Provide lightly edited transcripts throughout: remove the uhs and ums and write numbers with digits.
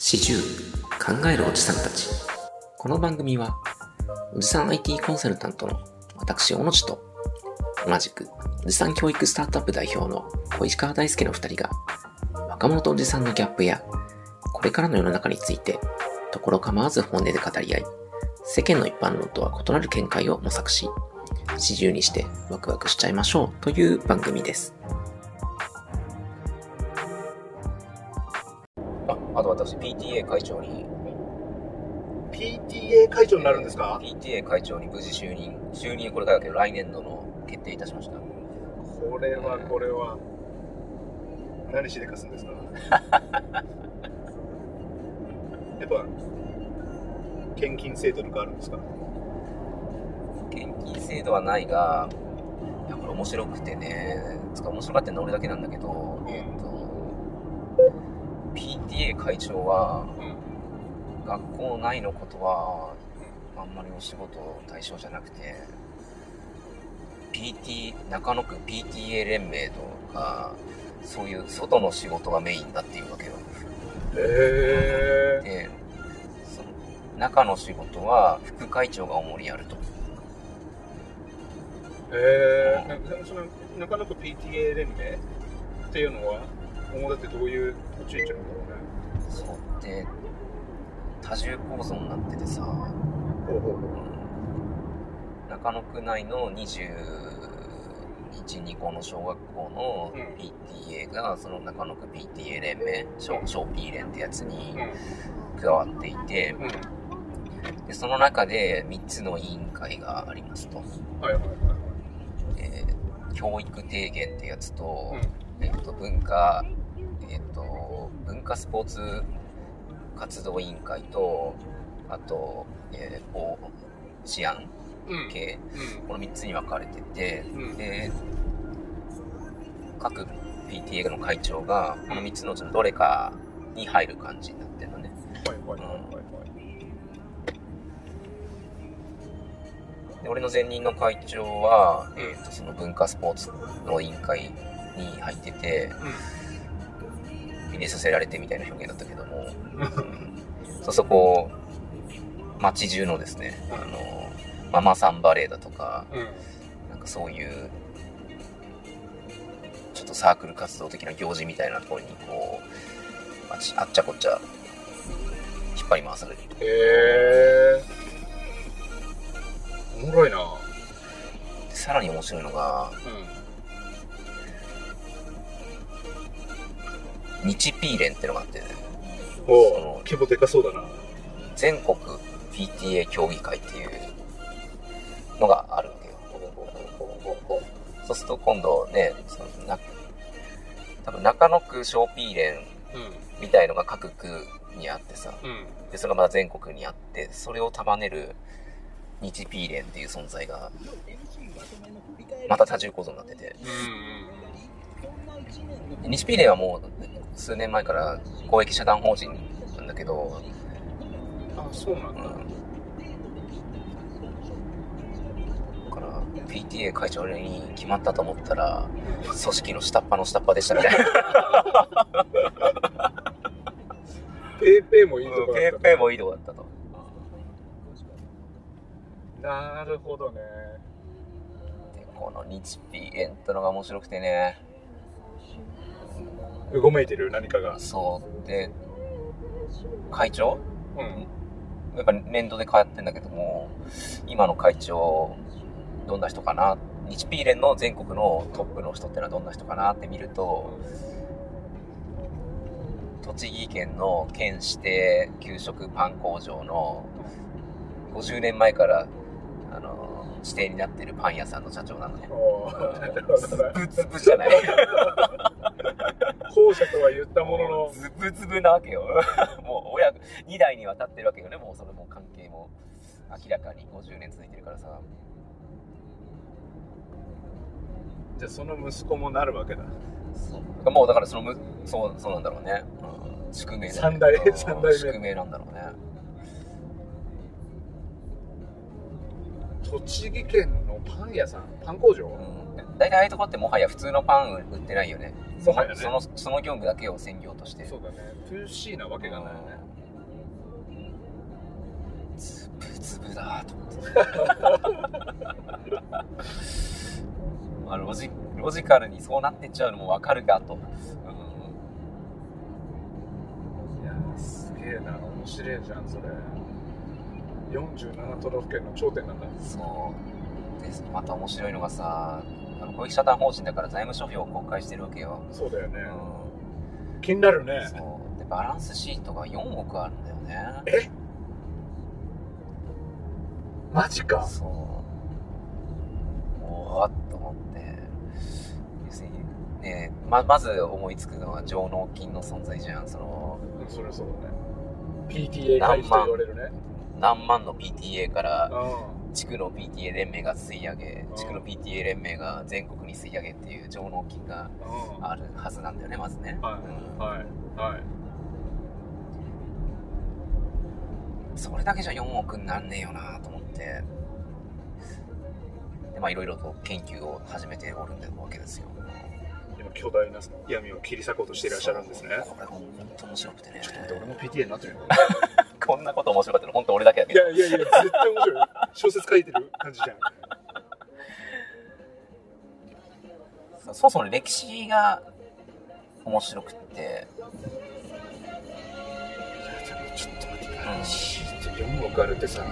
始終考えるおじさんたち。この番組はおじさん IT コンサルタントの私小野地と同じくおじさん教育スタートアップ代表の小石川大輔の2人が若者とおじさんのギャップやこれからの世の中について所構わず本音で語り合い、世間の一般論とは異なる見解を模索し、始終にしてワクワクしちゃいましょうという番組です。あと私 PTA 会長に PTA 会長になるんですか？ PTA 会長に無事就任これからだけど来年度の決定いたしました。 これは何しでかすんですか？やっぱ献金制度とかあるんですか？ 献金制度はないが、やっぱり面白くてね、面白かったのは俺だけなんだけど、PTA 会長は、学校内のことはあんまりお仕事対象じゃなくて、中野区 PTA 連盟とかそういう外の仕事がメインだっていうわけよ。で、その中の仕事は副会長が主にやると。 その中野区 PTA 連盟っていうのは主ってどういう立ち位置なんだろうね。 そうで多重構造になっててさ、中野区内の21、2校の小学校の PTA がその中野区 PTA 連盟、小 P 連ってやつに加わっていて、でその中で3つの委員会がありますと。教育提言ってやつと、文化スポーツ活動委員会と、あと、治安系、この3つに分かれてて、で各 PTA の会長がこの3つのうちのどれかに入る感じになってるのね。で俺の前任の会長は、その文化スポーツの委員会に入ってて、入れさせられてみたいな表現だったけども、そこ街中のですね、ママさんバレーだとか、なんかそういうちょっとサークル活動的な行事みたいなところにこうあっちゃこっちゃ引っ張り回されると。 おもろいな。 でさらに面白いのが、日 P 連ってのがあってね、 規模でかそうだな。 全国 PTA 協議会っていうのがあるわけよ。そうすると今度ね、多分中野区小 P 連みたいのが各区にあってさ、でそれがまた全国にあって、それを束ねる日 P 連っていう存在がまた多重構造になってて、日 P 連はもう数年前から公益社団法人なんだけど、 そうなんだ。 だから PTA 会長に決まったと思ったら組織の下っ端でしたね。 ペーペーもいいとこだった。 ペーペーもいいとこだったと。 なるほどね。 でこの日 P 連ってのが面白くてね、 うごめいてる何かが。 そうで会長、やっぱ年度で変わってんだけども、今の会長どんな人かな、日 P 連の全国のトップの人ってのはどんな人かなって見ると、栃木県の県指定給食パン工場の50年前から指定になってるパン屋さんの社長なのね。ズブズブじゃない。 後者とは言ったもののズブズブなわけよ。もう親2代にわたってるわけよね。もうそれも関係も明らかに50年続いてるからさ。 じゃあその息子もなるわけだ。 そうもうだからそうなんだろうね。宿命 3代目宿命なんだろうね。 栃木県のパン屋さん、パン工場、 大体ああいうとこってもはや普通のパン売ってないよね。 もはやねその業務だけを専業としてる。 そうだね。2C なわけがないよね。 つぶつぶだと思ってまあロジカルにそうなってっちゃうのもわかるかと、 いやすげえな、面白いじゃんそれ。47都道府県の頂点なんだ。 そうです。また面白いのがさ、公益社団法人だから財務諸表を公開してるわけよ。 そうだよね、気になるね。 そうで、バランスシートが4億あるんだよね。 え、マジか。 そう、おーっと思って、要するにね、まず思いつくのは上納金の存在じゃん。それそうだね。 PTA 会費と言われるね。 何万の PTA から地区の PTA 連盟が吸い上げ、地区の PTA 連盟が全国に吸い上げっていう上納金があるはずなんだよね、まずね。それだけじゃ4億になんねえよなと思って、でいろいろと研究を始めておるんだわけですよ。 今巨大な闇を切り裂こうとしていらっしゃるんですね。 これが本当面白くてね。 ちょっと待って、俺も PTA になってるよこんなこと面白かったの本当俺だけだけど。 いや絶対面白い。小説書いてる感じじゃん。 そもそも歴史が面白くって、 ちょっと待って、シート4億あるってさ、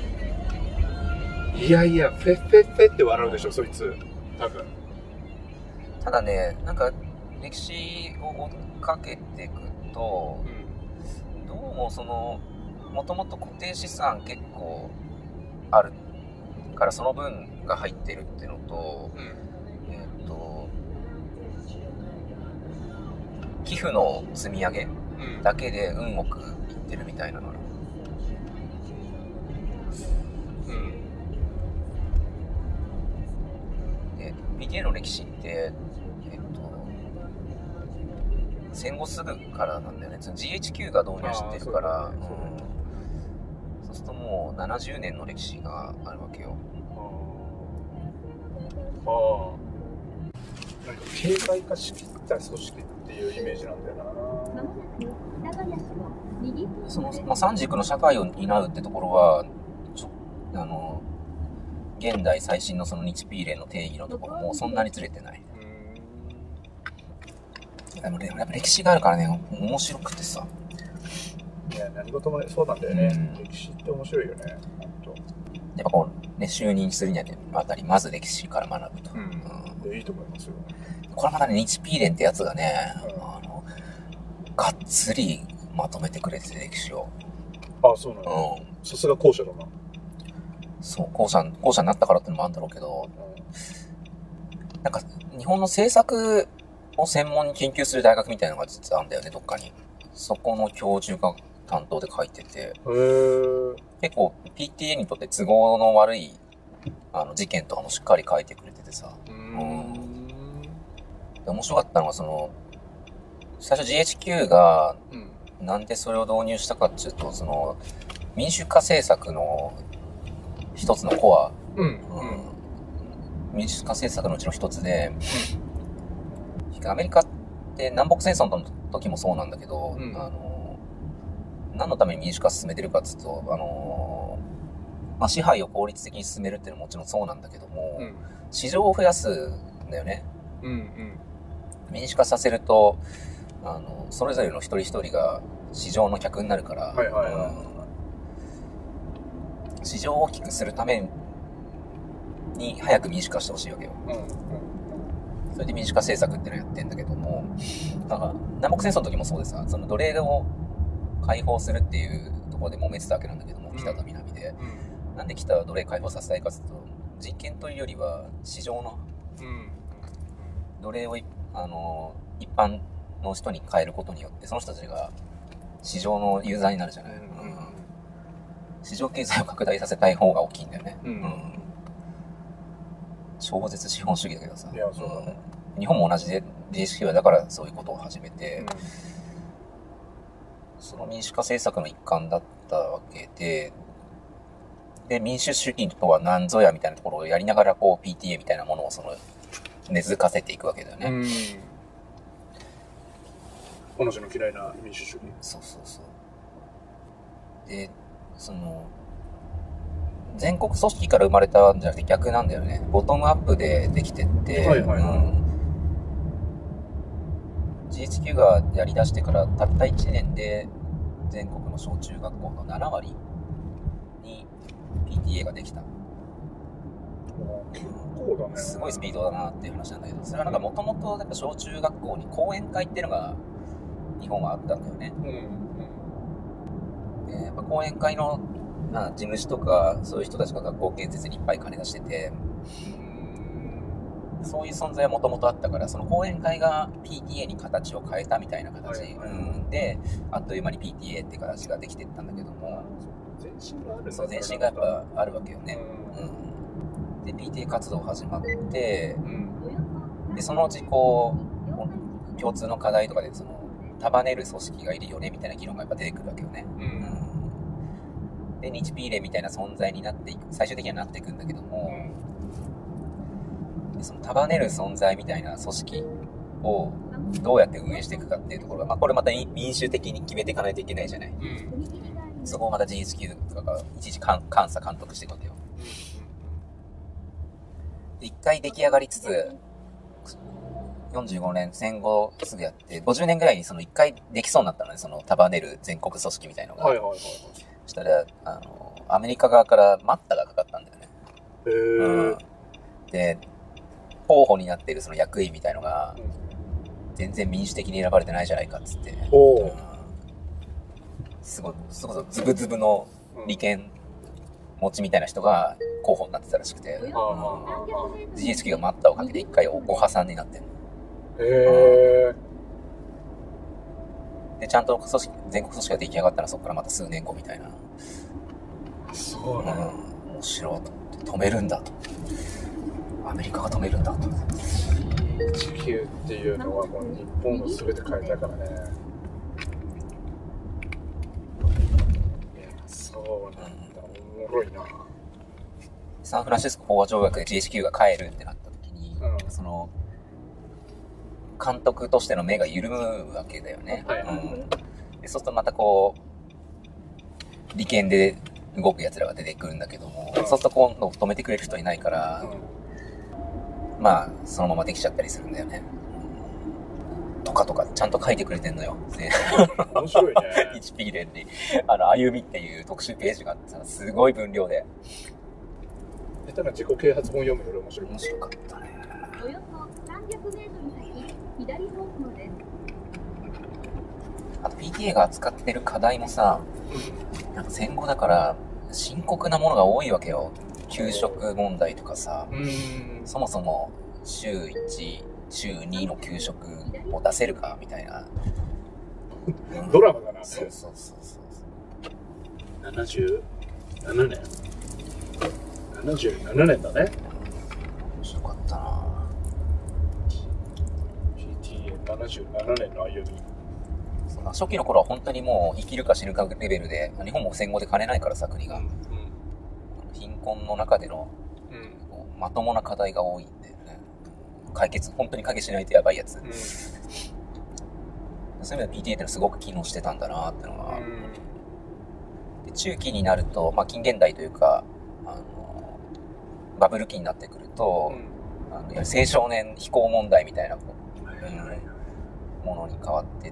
いやフェッフェッフェって笑うでしょ、そいつ多分。 ただね、なんか歴史を追っかけていくと、どうももともと固定資産結構あるからその分が入ってるっていうのと、寄付の積み上げだけで運億いってるみたいなの。で PTA の歴史って戦後すぐからなんだよね。GHQ が導入してるから、そうするともう70年の歴史があるわけよ。 なんか形骸化しきった組織っていうイメージなんだよな。 三軸の社会を担うってところは現代最新のその日 P 連の定義のところもそんなにずれてない。でもやっぱ歴史があるからね、面白くてさ。 いや、何事もそうなんだよね。歴史って面白いよね。本当。 やっぱこうね、就任するにあたりまず歴史から学ぶと。 いいと思いますよ。 これまたね、日 P 連ってやつがね、がっつりまとめてくれてて、歴史を。 そうなの。さすが後者だな。 そう、後者になったからってのもあるんだろうけど、なんか日本の政策を専門に研究する大学みたいなのが実はあるんだよね、どっかに。そこの教授が担当で書いてて、結構 PTA にとって都合の悪い事件とかもしっかり書いてくれててさ。で面白かったのが最初 GHQ がなんでそれを導入したかっていうと、民主化政策の一つのコア、民主化政策のうちの一つで、アメリカって南北戦争の時もそうなんだけど、何のために民主化進めてるかっていうと、支配を効率的に進めるっていうのはもちろんそうなんだけども、市場を増やすんだよね。民主化させると、それぞれの一人一人が市場の客になるから、市場を大きくするために早く民主化してほしいわけよ。それで民主化政策っていうのをやってんだけども、なんか南北戦争の時もそうでさ、奴隷を解放するっていうところで揉めてたわけなんだけども、北と南で、なんで北は奴隷解放させたいかというと、人権というよりは市場の奴隷を一般の人に変えることによってその人たちが市場のユーザーになるじゃない。市場経済を拡大させたい方が大きいんだよね。超絶資本主義だけどさ。 いや、そうだね。 日本も同じで GHQ はだからそういうことを始めて、その民主化政策の一環だったわけで、 で、民主主義とは何ぞやみたいなところをやりながら、こう、PTA みたいなものを根付かせていくわけだよね。 彼女の嫌いな民主主義。 そう。で、全国組織から生まれたんじゃなくて逆なんだよね。ボトムアップでできてって、GHQ がやり出してからたった1年で全国の小中学校の7割に PTA ができた。 結構だね。 すごいスピードだなっていう話なんだけど、それはなんかもともと小中学校に講演会っていうのが日本はあったんだよね。やっぱ講演会の事務所とかそういう人たちが学校建設にいっぱい金出してて、そういう存在はもともとあったから、その講演会が PTA に形を変えたみたいな形、であっという間に PTA って形ができてったんだけども、 前身がある。 そう、前身がやっぱあるわけよね。で PTA 活動始まって、でそのうちこう共通の課題とかで束ねる組織がいるよねみたいな議論がやっぱ出てくるわけよね。で日 P 連みたいな存在になっていく、最終的にはなっていくんだけども、でその束ねる存在みたいな組織をどうやって運営していくかっていうところが、これまた民主的に決めていかないといけないじゃない。そこをまた GHQ とかが一時監査監督していくわけよ。で一回出来上がりつつ45年戦後すぐやって50年ぐらいに一回できそうになったのね、束ねる全国組織みたいのが。そしたらアメリカ側から待ったがかかったんだよね。で候補になっている役員みたいのが、全然民主的に選ばれてないじゃないかっつって、すごいズブズブの利権持ちみたいな人が候補になってたらしくて、GHQ が待ったをかけて一回ご破産になってんの。でちゃんと全国組織が出来上がったらそこからまた数年後みたいな。 そうなの。 面白いと思って止めるんだと。アメリカが止めるんだと。 地球っていうのはもう日本を全て変えたからね。いや、そうなんだ。おもろいな。 サンフランシスコ講和条約で GHQ が帰るってなった時に、監督としての目が緩むわけだよね。でそうするとまたこう利権で動く奴らが出てくるんだけども、そうすると今度止めてくれる人いないから、まあそのままできちゃったりするんだよね。とかちゃんと書いてくれてんのよ。 面白いね。 1P 連に歩みっていう特集ページがあってさ、すごい分量で。 下手な自己啓発本読むより面白かったね。 およそ300メートル先、左方向です。 あと PTA が扱ってる課題もさ、なんか戦後だから深刻なものが多いわけよ。給食問題とかさ、そもそも週1、週2の給食を出せるかみたいな。 ドラマだな。 そう。 77年。77年だね。 面白かったな。 PTA77 年の歩み。 初期の頃は本当にもう生きるか死ぬかレベルで、日本も戦後で金ないからさ、国が。貧困の中での、まともな課題が多いんだよね。本当に解決しないとやばいやつ。そういう意味で PTA ってのはすごく機能してたんだなってのが。で中期になると、近現代というか、バブル期になってくると、青少年非行問題みたいなものに変わってって、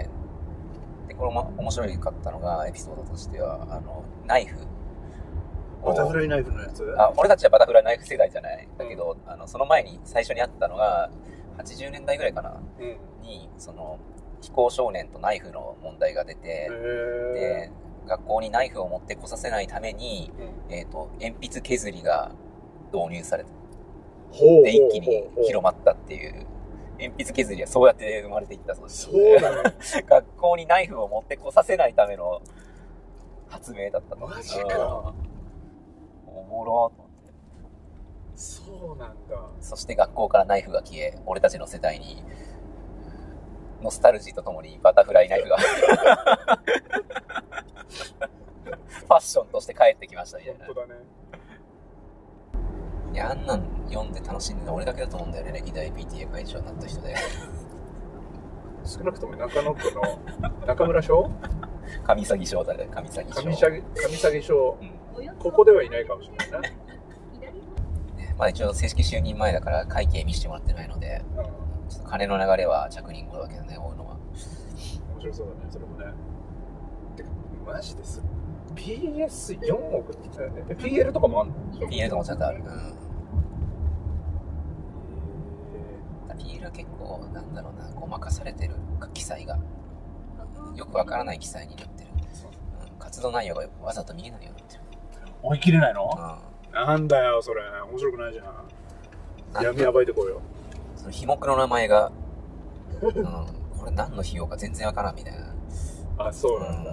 でこれも面白かったのがエピソードとしてはナイフ、 バタフライナイフのやつ。 俺たちはバタフライナイフ世代じゃないだけど、その前に最初にあったのが80年代ぐらいかな、に非行少年とナイフの問題が出て、で学校にナイフを持ってこさせないために、鉛筆削りが導入されて、で一気に広まったっていう。鉛筆削りはそうやって生まれていったそうです。 そうだね。 学校にナイフを持ってこさせないための発明だったと。 マジか。 おもろーと思って。 そうなんだ。 そして学校からナイフが消え、俺たちの世代にノスタルジーとともにバタフライナイフがファッッションとして帰ってきましたみたいな。 本当だね。 いや、あんなん読んで楽しんでるの俺だけだと思うんだよね、歴代 PTA 会長になった人で。 少なくとも中野区の中村賞上詐欺賞だね、上詐欺賞。 上詐欺賞、 うん、 ここではいないかもしれないな。 まあ一応正式就任前だから会計見せてもらってないので、ちょっと金の流れは着任後だけどね、追うのは。 面白そうだね、それもね。てか、マジです。PS4 億って言ってたよね。PL とかもあんの？ PL とかもちゃんとある。PL は結構、なんだろうな、ごまかされてる記載が。よくわからない記載になってる。活動内容がわざと見えないようになってる。 追い切れないの？なんだよ、それ。面白くないじゃん。闇暴いてこいよ。 その費目の名前が、これ何の費用か全然わからんみたいな。 あ、そうなんだ。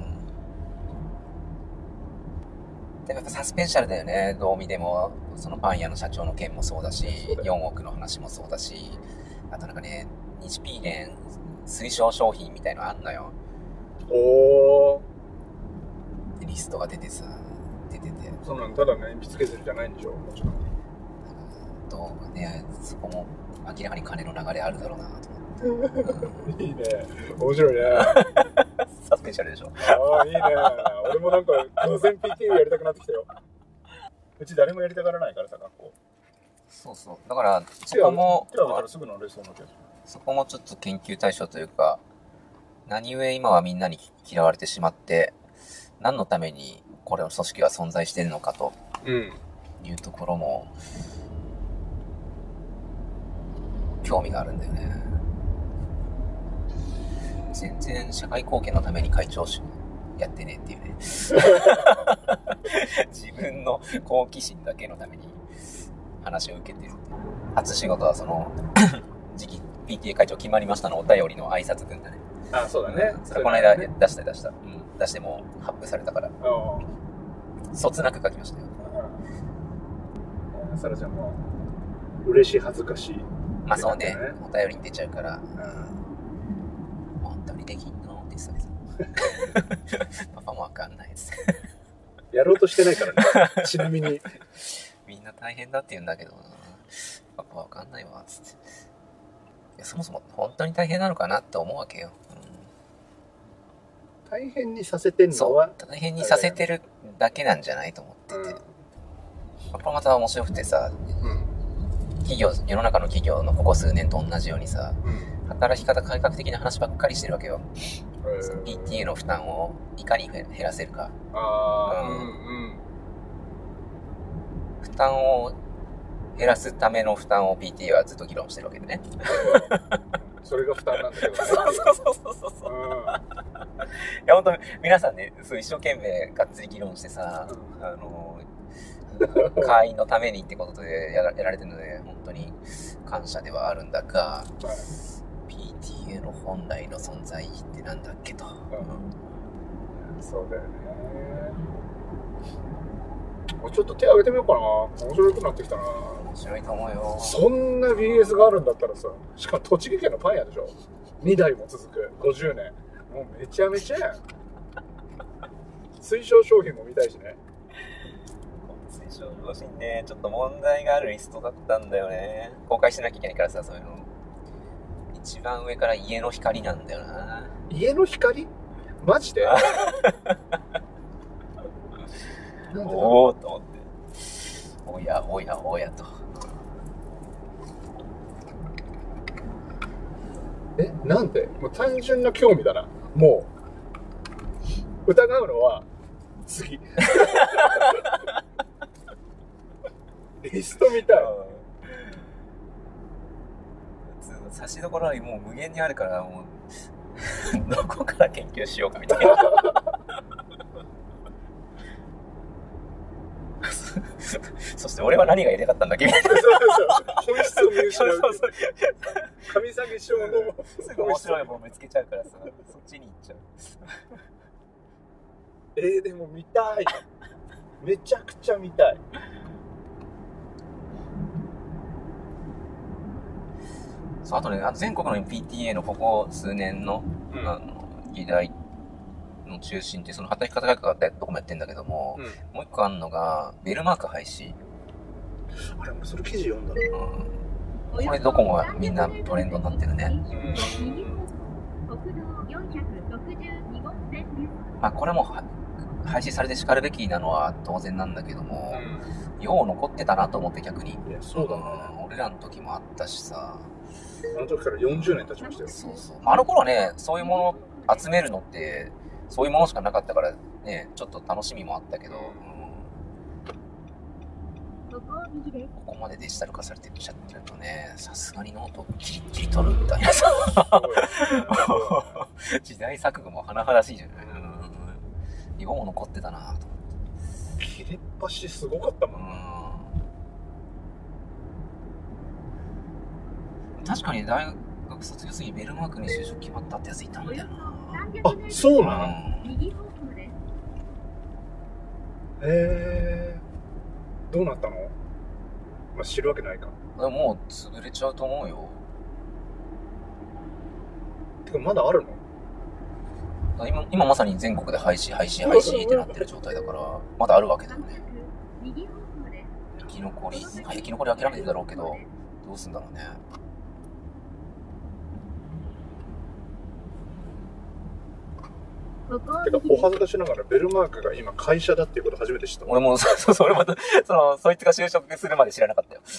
でもやっぱサスペンシャルだよね、どう見ても。そのパン屋の社長の件もそうだし、4億の話もそうだし、あとなんかね、日 P 連推奨商品みたいのあんのよ。 おでリストが出てて。 そうなんただね、鉛筆削りじゃないんでしょ、もちろん。 どうね、そこも明らかに金の流れあるだろうなと思って。 いいね。面白いね。 サスペンシャルでしょ。 ああ、いいね。俺もなんか、当然 PTA やりたくなってきたよ。うち誰もやりたがらないからさ、学校。 そうそう。だから、そこも、 手を挙げたらすぐ乗れそうな気がする。 そこもちょっと研究対象というか、何故今はみんなに嫌われてしまって、何のためにこれの組織は存在しているのかというところも、興味があるんだよね。全然社会貢献のために会長やってねっていうね。自分の好奇心だけのために話を受けてる。初仕事はその次期 PTA 会長決まりましたのお便りの挨拶文だね。 あ、そうだね。 それこの間出した。出しても発布されたから。そつなく書きましたよ。 サラちゃんも嬉しい恥ずかしい。 まあそうね、お便りに出ちゃうから。本当にできんのって言ってたけど。パパもわかんないです。 やろうとしてないからね。ちなみに。 みんな大変だって言うんだけどな。パパわかんないわ、つって。いや、そもそも本当に大変なのかなって思うわけよ。 大変にさせてんのは大変にさせてるだけなんじゃないと思ってて。これまた面白くてさ、世の中の企業のここ数年と同じようにさ、働き方改革的な話ばっかりしてるわけよ。PTA の負担をいかに減らせるか。負担を減らすための負担を PTA はずっと議論してるわけでね。 それが負担なんだけどね。 そう。いや、本当に皆さんね、そう一生懸命がっつり議論してさ、会員のためにってことでやられてるので、本当に感謝ではあるんだが、PTA の本来の存在意義ってなんだっけと。 そうだよね。ちょっと手挙げてみようかな。面白くなってきたな。 面白いと思うよ。 そんな BS があるんだったらさ、しかも栃木県のパン屋でしょ。2代も続く50年。もうめちゃめちゃやん。推奨商品も見たいしね。 推奨商品ね、ちょっと問題があるリストだったんだよね。公開しなきゃいけないからさ、そういうの。一番上から家の光なんだよな。 家の光？マジで？ おおと思って。おやと。 なんで？もう単純な興味だな。もう疑うのは次。リスト見たい。 差しどころはもう無限にあるからもうどこから研究しようかみたいな。そして俺は何がやりたかったんだっけみたいな。 本質を見失う。神下げ症のすぐ面白いもん見つけちゃうからさ、そっちに行っちゃう。 でも見たい。めちゃくちゃ見たい。 そうあとね、全国の PTA のここ数年の、議題の中心ってその働き方改革がどこもやってんだけども、もう一個あんのがベルマーク廃止。 あれ、俺それ記事読んだこれどこもみんなトレンドになってるね。まあこれも廃止されて叱るべきなのは当然なんだけども、よう残ってたなと思って逆に。 いや、そうだね。 俺らの時もあったしさ。 あの時から40年経ちましたよ。 そうそう。あの頃はね、そういうもの集めるのって、そういうものしかなかったからね、ちょっと楽しみもあったけど、ここまでデジタル化されてっちゃってるとね、さすがにノートをキリッキリ取るみたいなさ。時代錯誤も甚だしいじゃない。よう残ってたなと思って。 切れっ端すごかったもんね。 確かに大学卒業すぎベルマークに就職決まったってやついたんだよな。 あ、そうなの？どうなったの？まあ、知るわけないか。 もう潰れちゃうと思うよ。 てかまだあるの？ 今まさに全国で廃止ってなってる状態だから、まだあるわけだよね。生き残り諦めてるだろうけど、どうすんだろうね。 てか、お恥ずかしながら、ベルマークが今会社だっていうこと初めて知った。 俺も、俺また、そいつが就職するまで知らなかったよ。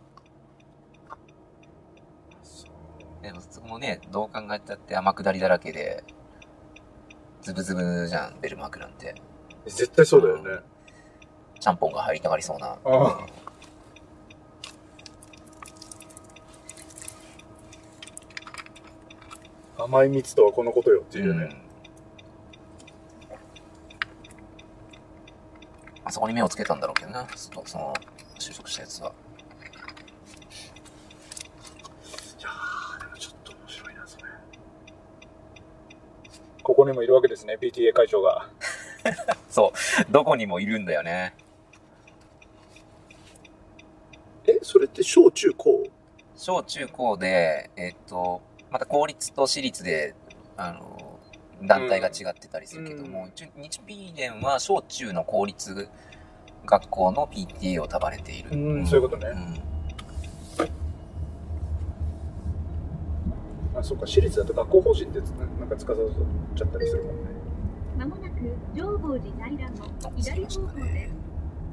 でも、そこもね、どう考えたって天下りだらけで、ズブズブじゃん、ベルマークなんて。 絶対そうだよね。 ちゃんぽんが入りたがりそうな。 甘い蜜とはこのことよっていうね。 あそこに目をつけたんだろうけどな、その就職したやつは。 いやー、でもちょっと面白いな、それ。ここにもいるわけですね、PTA 会長が。 そう、どこにもいるんだよね。 それって小中高？ 小中高で、また公立と私立で、団体が違ってたりするけども、日 P 連は小中の公立学校の PTA を束ねている。 そういうことね。あ、そっか、私立だと学校法人ってなんか司っちゃったりするもんね。 まもなく浄法寺内覧の左方向です。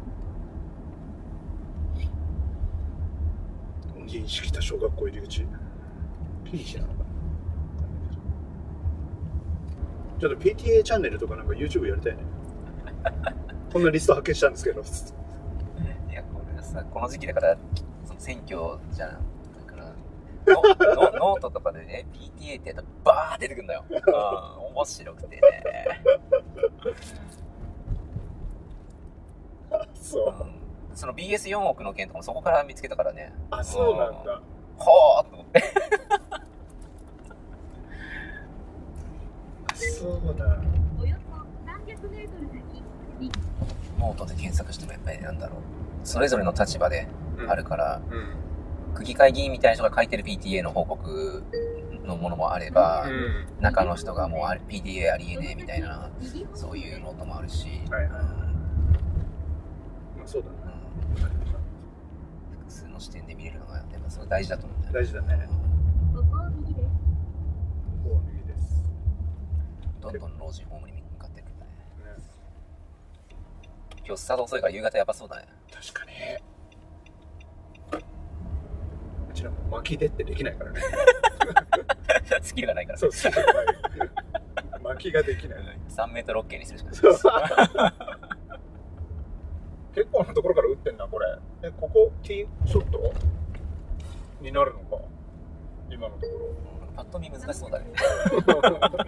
認識した小学校入り口。ピーチなのかな。ちょっと PTA チャンネルとかなんか YouTube やりたいね。こんなリスト発見したんですけど。 いや、これさ、この時期だから、選挙じゃん。だから、ノートとかでね、PTA ってやったらバー出てくるんだよ。面白くてね。 そう。 その BS4 億の件とかもそこから見つけたからね。 あ、そうなんだ。 はぁーと思って。 そうだ。 およそ300メートル先。 ノートで検索してもやっぱりなんだろう。それぞれの立場であるから、区議会議員みたいな人が書いてる PTA の報告のものもあれば、中の人がもうPTA ありえねえみたいな、そういうノートもあるし。 まあそうだね。 複数の視点で見れるのがやっぱすごい大事だと思うんだよね。 大事だね。 ここを右です。 ここを右です。 どんどん老人ホームに向かってるんだね。今日スタート遅いから夕方やばそうだね。 確かに。うちらも巻きでってできないからね。 スキルがないから、ね。 そう、スキルがない。巻きができない。 3メートル OK にするしかない。 結構なところから打ってんな、これ。ここ、ティーショットになるのか。今のところ。 パッと見難しそうだね。